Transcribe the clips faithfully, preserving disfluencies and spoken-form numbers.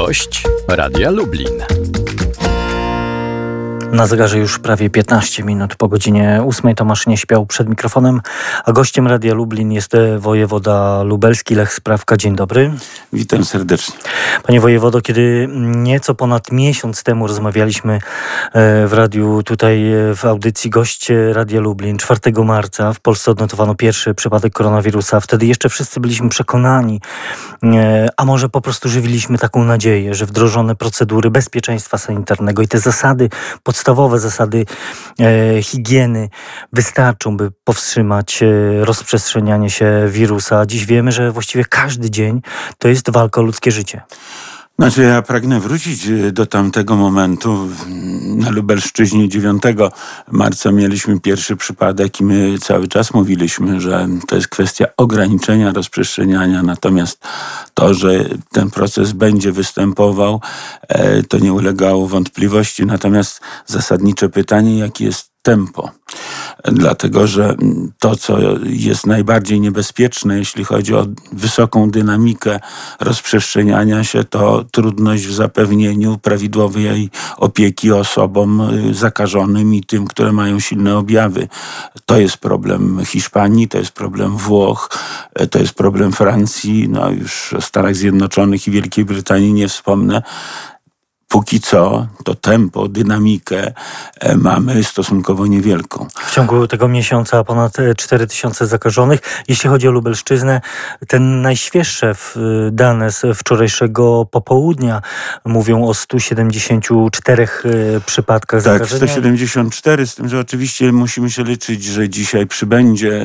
Gość Radia Lublin. Na zegarze już prawie piętnaście minut po godzinie ósmej. Tomasz nie śpiał przed mikrofonem, a gościem Radia Lublin jest wojewoda lubelski Lech Sprawka. Dzień dobry. Witam serdecznie. Panie wojewodo, kiedy nieco ponad miesiąc temu rozmawialiśmy w radiu, tutaj w audycji Gość Radia Lublin, czwartego marca w Polsce odnotowano pierwszy przypadek koronawirusa. Wtedy jeszcze wszyscy byliśmy przekonani, a może po prostu żywiliśmy taką nadzieję, że wdrożone procedury bezpieczeństwa sanitarnego i te zasady, podstawowe zasady e, higieny wystarczą, by powstrzymać e, rozprzestrzenianie się wirusa. Dziś wiemy, że właściwie każdy dzień to jest walka o ludzkie życie. Znaczy ja pragnę wrócić do tamtego momentu. Na Lubelszczyźnie dziewiątego marca mieliśmy pierwszy przypadek i my cały czas mówiliśmy, że to jest kwestia ograniczenia rozprzestrzeniania, natomiast to, że ten proces będzie występował, to nie ulegało wątpliwości. Natomiast zasadnicze pytanie, jaki jest tempo. Dlatego, że to, co jest najbardziej niebezpieczne, jeśli chodzi o wysoką dynamikę rozprzestrzeniania się, to trudność w zapewnieniu prawidłowej opieki osobom zakażonym i tym, które mają silne objawy. To jest problem Hiszpanii, to jest problem Włoch, to jest problem Francji, no już o Stanach Zjednoczonych i Wielkiej Brytanii nie wspomnę. Póki co to tempo, dynamikę mamy stosunkowo niewielką. W ciągu tego miesiąca ponad cztery tysiące zakażonych. Jeśli chodzi o Lubelszczyznę, te najświeższe dane z wczorajszego popołudnia mówią o stu siedemdziesięciu czterech przypadkach tak, zakażenia. sto siedemdziesiąt cztery, z tym, że oczywiście musimy się liczyć, że dzisiaj przybędzie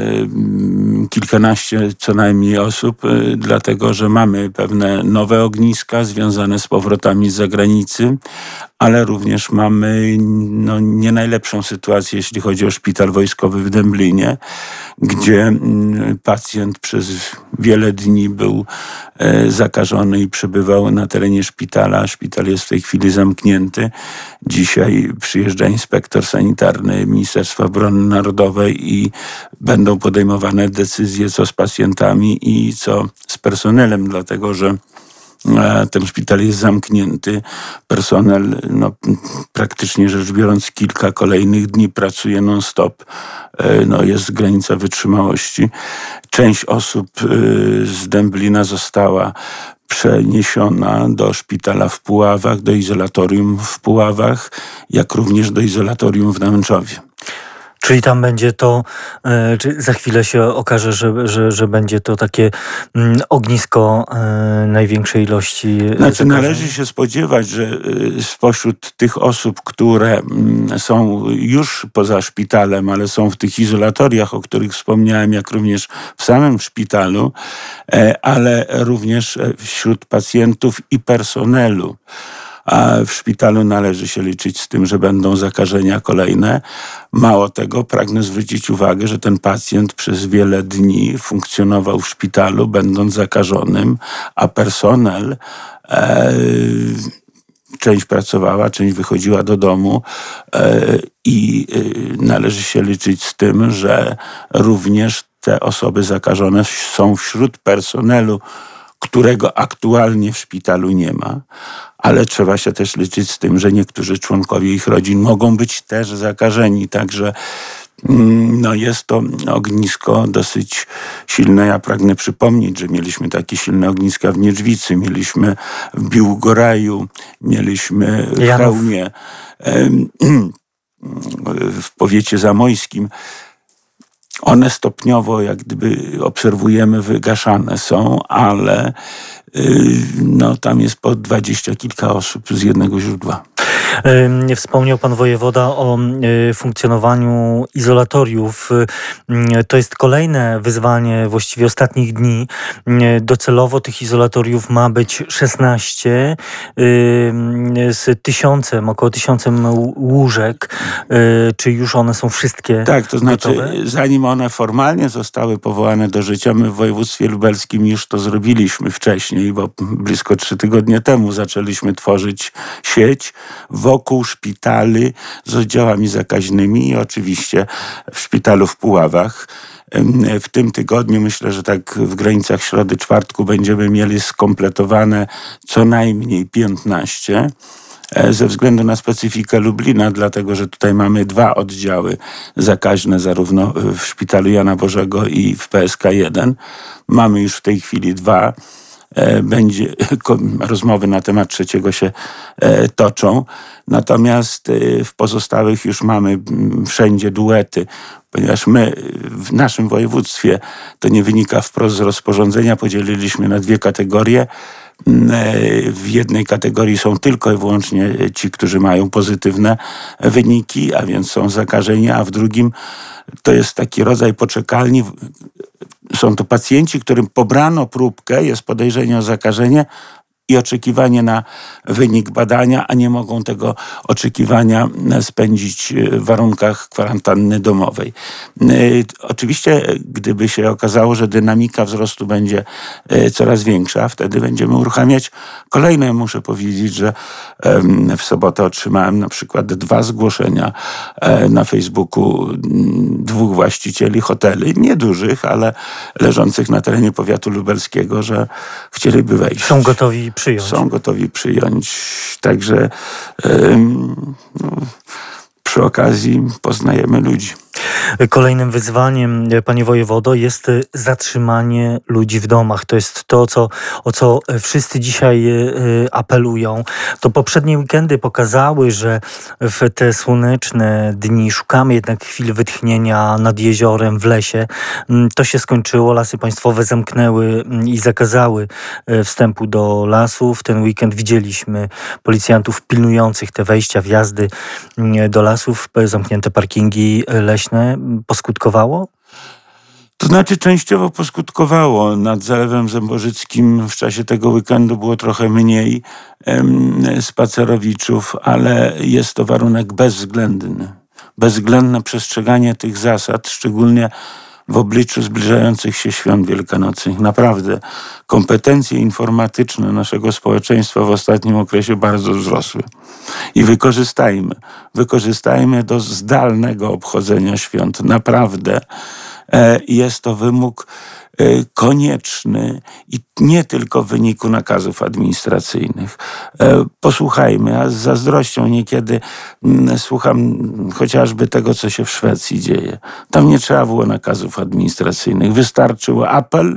kilkanaście co najmniej osób, dlatego że mamy pewne nowe ogniska związane z powrotami z zagranicy, ale również mamy no, nie najlepszą sytuację, jeśli chodzi o szpital wojskowy w Dęblinie, gdzie pacjent przez wiele dni był e, zakażony i przebywał na terenie szpitala. Szpital jest w tej chwili zamknięty. Dzisiaj przyjeżdża inspektor sanitarny Ministerstwa Obrony Narodowej i będą podejmowane decyzje, co z pacjentami i co z personelem, dlatego że ten szpital jest zamknięty. Personel, no, praktycznie rzecz biorąc, kilka kolejnych dni pracuje non-stop. No, jest granica wytrzymałości. Część osób z Dęblina została przeniesiona do szpitala w Puławach, do izolatorium w Puławach, jak również do izolatorium w Nałęczowie. Czyli tam będzie to, e, czy za chwilę się okaże, że, że, że będzie to takie mm, ognisko e, największej ilości Znaczy zakażeń. Należy się spodziewać, że y, spośród tych osób, które y, są już poza szpitalem, ale są w tych izolatoriach, o których wspomniałem, jak również w samym szpitalu, e, ale również wśród pacjentów i personelu. A w szpitalu należy się liczyć z tym, że będą zakażenia kolejne. Mało tego, pragnę zwrócić uwagę, że ten pacjent przez wiele dni funkcjonował w szpitalu, będąc zakażonym, a personel e, część pracowała, część wychodziła do domu e, i e, należy się liczyć z tym, że również te osoby zakażone są wśród personelu, którego aktualnie w szpitalu nie ma, ale trzeba się też liczyć z tym, że niektórzy członkowie ich rodzin mogą być też zakażeni, także no jest to ognisko dosyć silne. Ja pragnę przypomnieć, że mieliśmy takie silne ogniska w Niedźwicy, mieliśmy w Biłgoraju, mieliśmy w Chełmie, w powiecie zamojskim. One stopniowo, jak gdyby obserwujemy, wygaszane są, ale no, tam jest po dwadzieścia kilka osób z jednego źródła. Wspomniał pan wojewoda o funkcjonowaniu izolatoriów. To jest kolejne wyzwanie właściwie ostatnich dni. Docelowo tych izolatoriów ma być szesnaście z tysiącem, około tysiącem łóżek. Czy już one są wszystkie Tak, to znaczy gotowe? Zanim one formalnie zostały powołane do życia, my w województwie lubelskim już to zrobiliśmy wcześniej, bo blisko trzy tygodnie temu zaczęliśmy tworzyć sieć. W wokół szpitali z oddziałami zakaźnymi i oczywiście w szpitalu w Puławach. W tym tygodniu, myślę, że tak w granicach środy, czwartku będziemy mieli skompletowane co najmniej piętnaście. Ze względu na specyfikę Lublina, dlatego że tutaj mamy dwa oddziały zakaźne, zarówno w szpitalu Jana Bożego i w P S K jeden. Mamy już w tej chwili dwa. Będzie, rozmowy na temat trzeciego się toczą. Natomiast w pozostałych już mamy wszędzie duety, ponieważ my w naszym województwie, to nie wynika wprost z rozporządzenia, podzieliliśmy na dwie kategorie. W jednej kategorii są tylko i wyłącznie ci, którzy mają pozytywne wyniki, a więc są zakażeni, a w drugim to jest taki rodzaj poczekalni. Są to pacjenci, którym pobrano próbkę, jest podejrzenie o zakażenie i oczekiwanie na wynik badania, a nie mogą tego oczekiwania spędzić w warunkach kwarantanny domowej. Oczywiście, gdyby się okazało, że dynamika wzrostu będzie coraz większa, wtedy będziemy uruchamiać kolejne. Muszę powiedzieć, że w sobotę otrzymałem na przykład dwa zgłoszenia na Facebooku dwóch właścicieli hoteli, niedużych, ale leżących na terenie powiatu lubelskiego, że chcieliby wejść. Są gotowi przyjąć. Są gotowi przyjąć. Także ym, no, przy okazji poznajemy ludzi. Kolejnym wyzwaniem, panie wojewodo, jest zatrzymanie ludzi w domach. To jest to, co, o co wszyscy dzisiaj apelują. To poprzednie weekendy pokazały, że w te słoneczne dni szukamy jednak chwil wytchnienia nad jeziorem, w lesie. To się skończyło. Lasy państwowe zamknęły i zakazały wstępu do lasów. W ten weekend widzieliśmy policjantów pilnujących te wejścia, wjazdy do lasów, zamknięte parkingi leśne. Poskutkowało? To znaczy częściowo poskutkowało. Nad Zalewem Zębożyckim w czasie tego weekendu było trochę mniej em, spacerowiczów, ale jest to warunek bezwzględny. Bezwzględne przestrzeganie tych zasad, szczególnie w obliczu zbliżających się świąt wielkanocnych. Naprawdę kompetencje informatyczne naszego społeczeństwa w ostatnim okresie bardzo wzrosły. I wykorzystajmy, wykorzystajmy do zdalnego obchodzenia świąt. Naprawdę e, jest to wymóg e, konieczny i nie tylko w wyniku nakazów administracyjnych. E, posłuchajmy, a z zazdrością niekiedy m, słucham chociażby tego, co się w Szwecji dzieje. Tam nie trzeba było nakazów administracyjnych. Wystarczył apel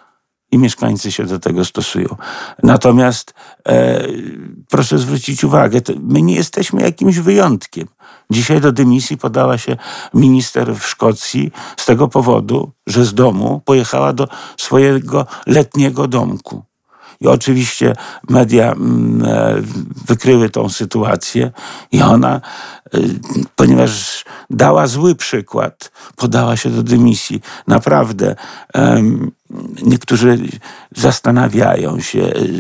i mieszkańcy się do tego stosują. Natomiast e, proszę zwrócić uwagę, my nie jesteśmy jakimś wyjątkiem. Dzisiaj do dymisji podała się minister w Szkocji z tego powodu, że z domu pojechała do swojego letniego domku. I oczywiście media mm, wykryły tą sytuację i ona, y, ponieważ dała zły przykład, podała się do dymisji. Naprawdę um, niektórzy zastanawiają się, y,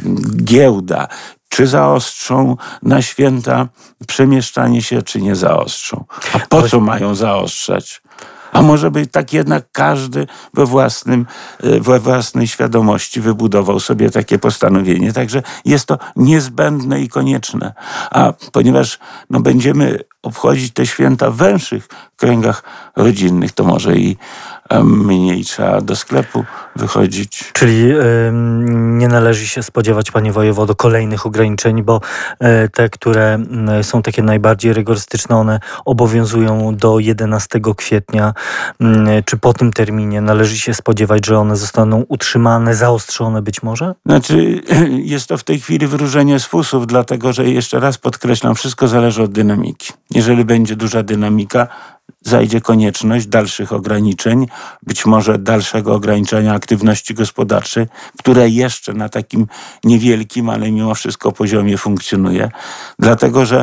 giełda, czy zaostrzą na święta przemieszczanie się, czy nie zaostrzą. A po co mają zaostrzać? A może by tak jednak każdy we, własnym, we własnej świadomości wybudował sobie takie postanowienie. Także jest to niezbędne i konieczne. A ponieważ no, będziemy obchodzić te święta w węższych kręgach rodzinnych, to może i mniej trzeba do sklepu wychodzić. Czyli y, nie należy się spodziewać, panie wojewodo, kolejnych ograniczeń, bo y, te, które y, są takie najbardziej rygorystyczne, one obowiązują do jedenastego kwietnia. Y, czy po tym terminie należy się spodziewać, że one zostaną utrzymane, zaostrzone być może? Znaczy, jest to w tej chwili wróżenie z fusów, dlatego że jeszcze raz podkreślam, wszystko zależy od dynamiki. Jeżeli będzie duża dynamika, zajdzie konieczność dalszych ograniczeń, być może dalszego ograniczenia aktywności gospodarczej, które jeszcze na takim niewielkim, ale mimo wszystko poziomie funkcjonuje. Dlatego, że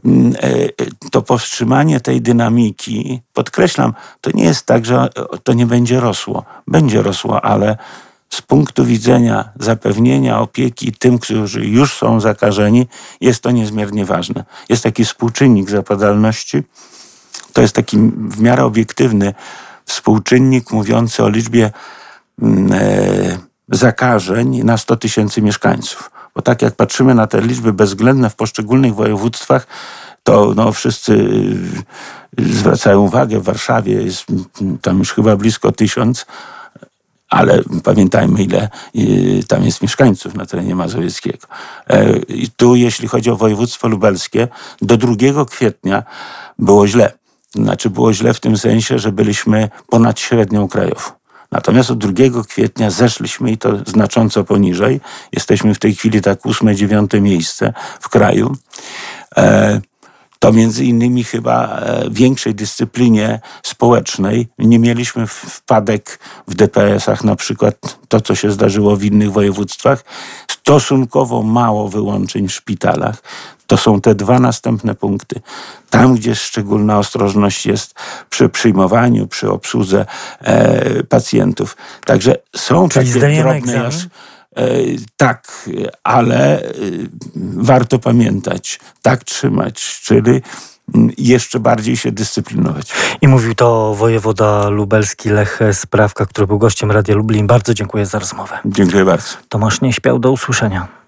to powstrzymanie tej dynamiki, podkreślam, to nie jest tak, że to nie będzie rosło. Będzie rosło, ale z punktu widzenia zapewnienia opieki tym, którzy już są zakażeni, jest to niezmiernie ważne. Jest taki współczynnik zapadalności. To jest taki w miarę obiektywny współczynnik mówiący o liczbie e, zakażeń na sto tysięcy mieszkańców. Bo tak jak patrzymy na te liczby bezwzględne w poszczególnych województwach, to no, wszyscy zwracają uwagę, w Warszawie jest tam już chyba blisko tysiąc, ale pamiętajmy, ile y, tam jest mieszkańców na terenie mazowieckiego. E, I tu, jeśli chodzi o województwo lubelskie, do drugiego kwietnia było źle. Znaczy było źle w tym sensie, że byliśmy ponad średnią krajową. Natomiast od drugiego kwietnia zeszliśmy i to znacząco poniżej. Jesteśmy w tej chwili tak ósme, dziewiąte miejsce w kraju. E, To między innymi chyba większej dyscyplinie społecznej. Nie mieliśmy wpadek w D P S-ach, na przykład to, co się zdarzyło w innych województwach. Stosunkowo mało wyłączeń w szpitalach. To są te dwa następne punkty. Tam, gdzie szczególna ostrożność jest przy przyjmowaniu, przy obsłudze e, pacjentów. Także są Czyli takie zdajemy drobne... egzamin? Jas- Tak, ale warto pamiętać, tak trzymać, czyli jeszcze bardziej się dyscyplinować. I mówił to wojewoda lubelski Lech Sprawka, który był gościem Radia Lublin. Bardzo dziękuję za rozmowę. Dziękuję bardzo. Tomasz Nieśpiał, do usłyszenia.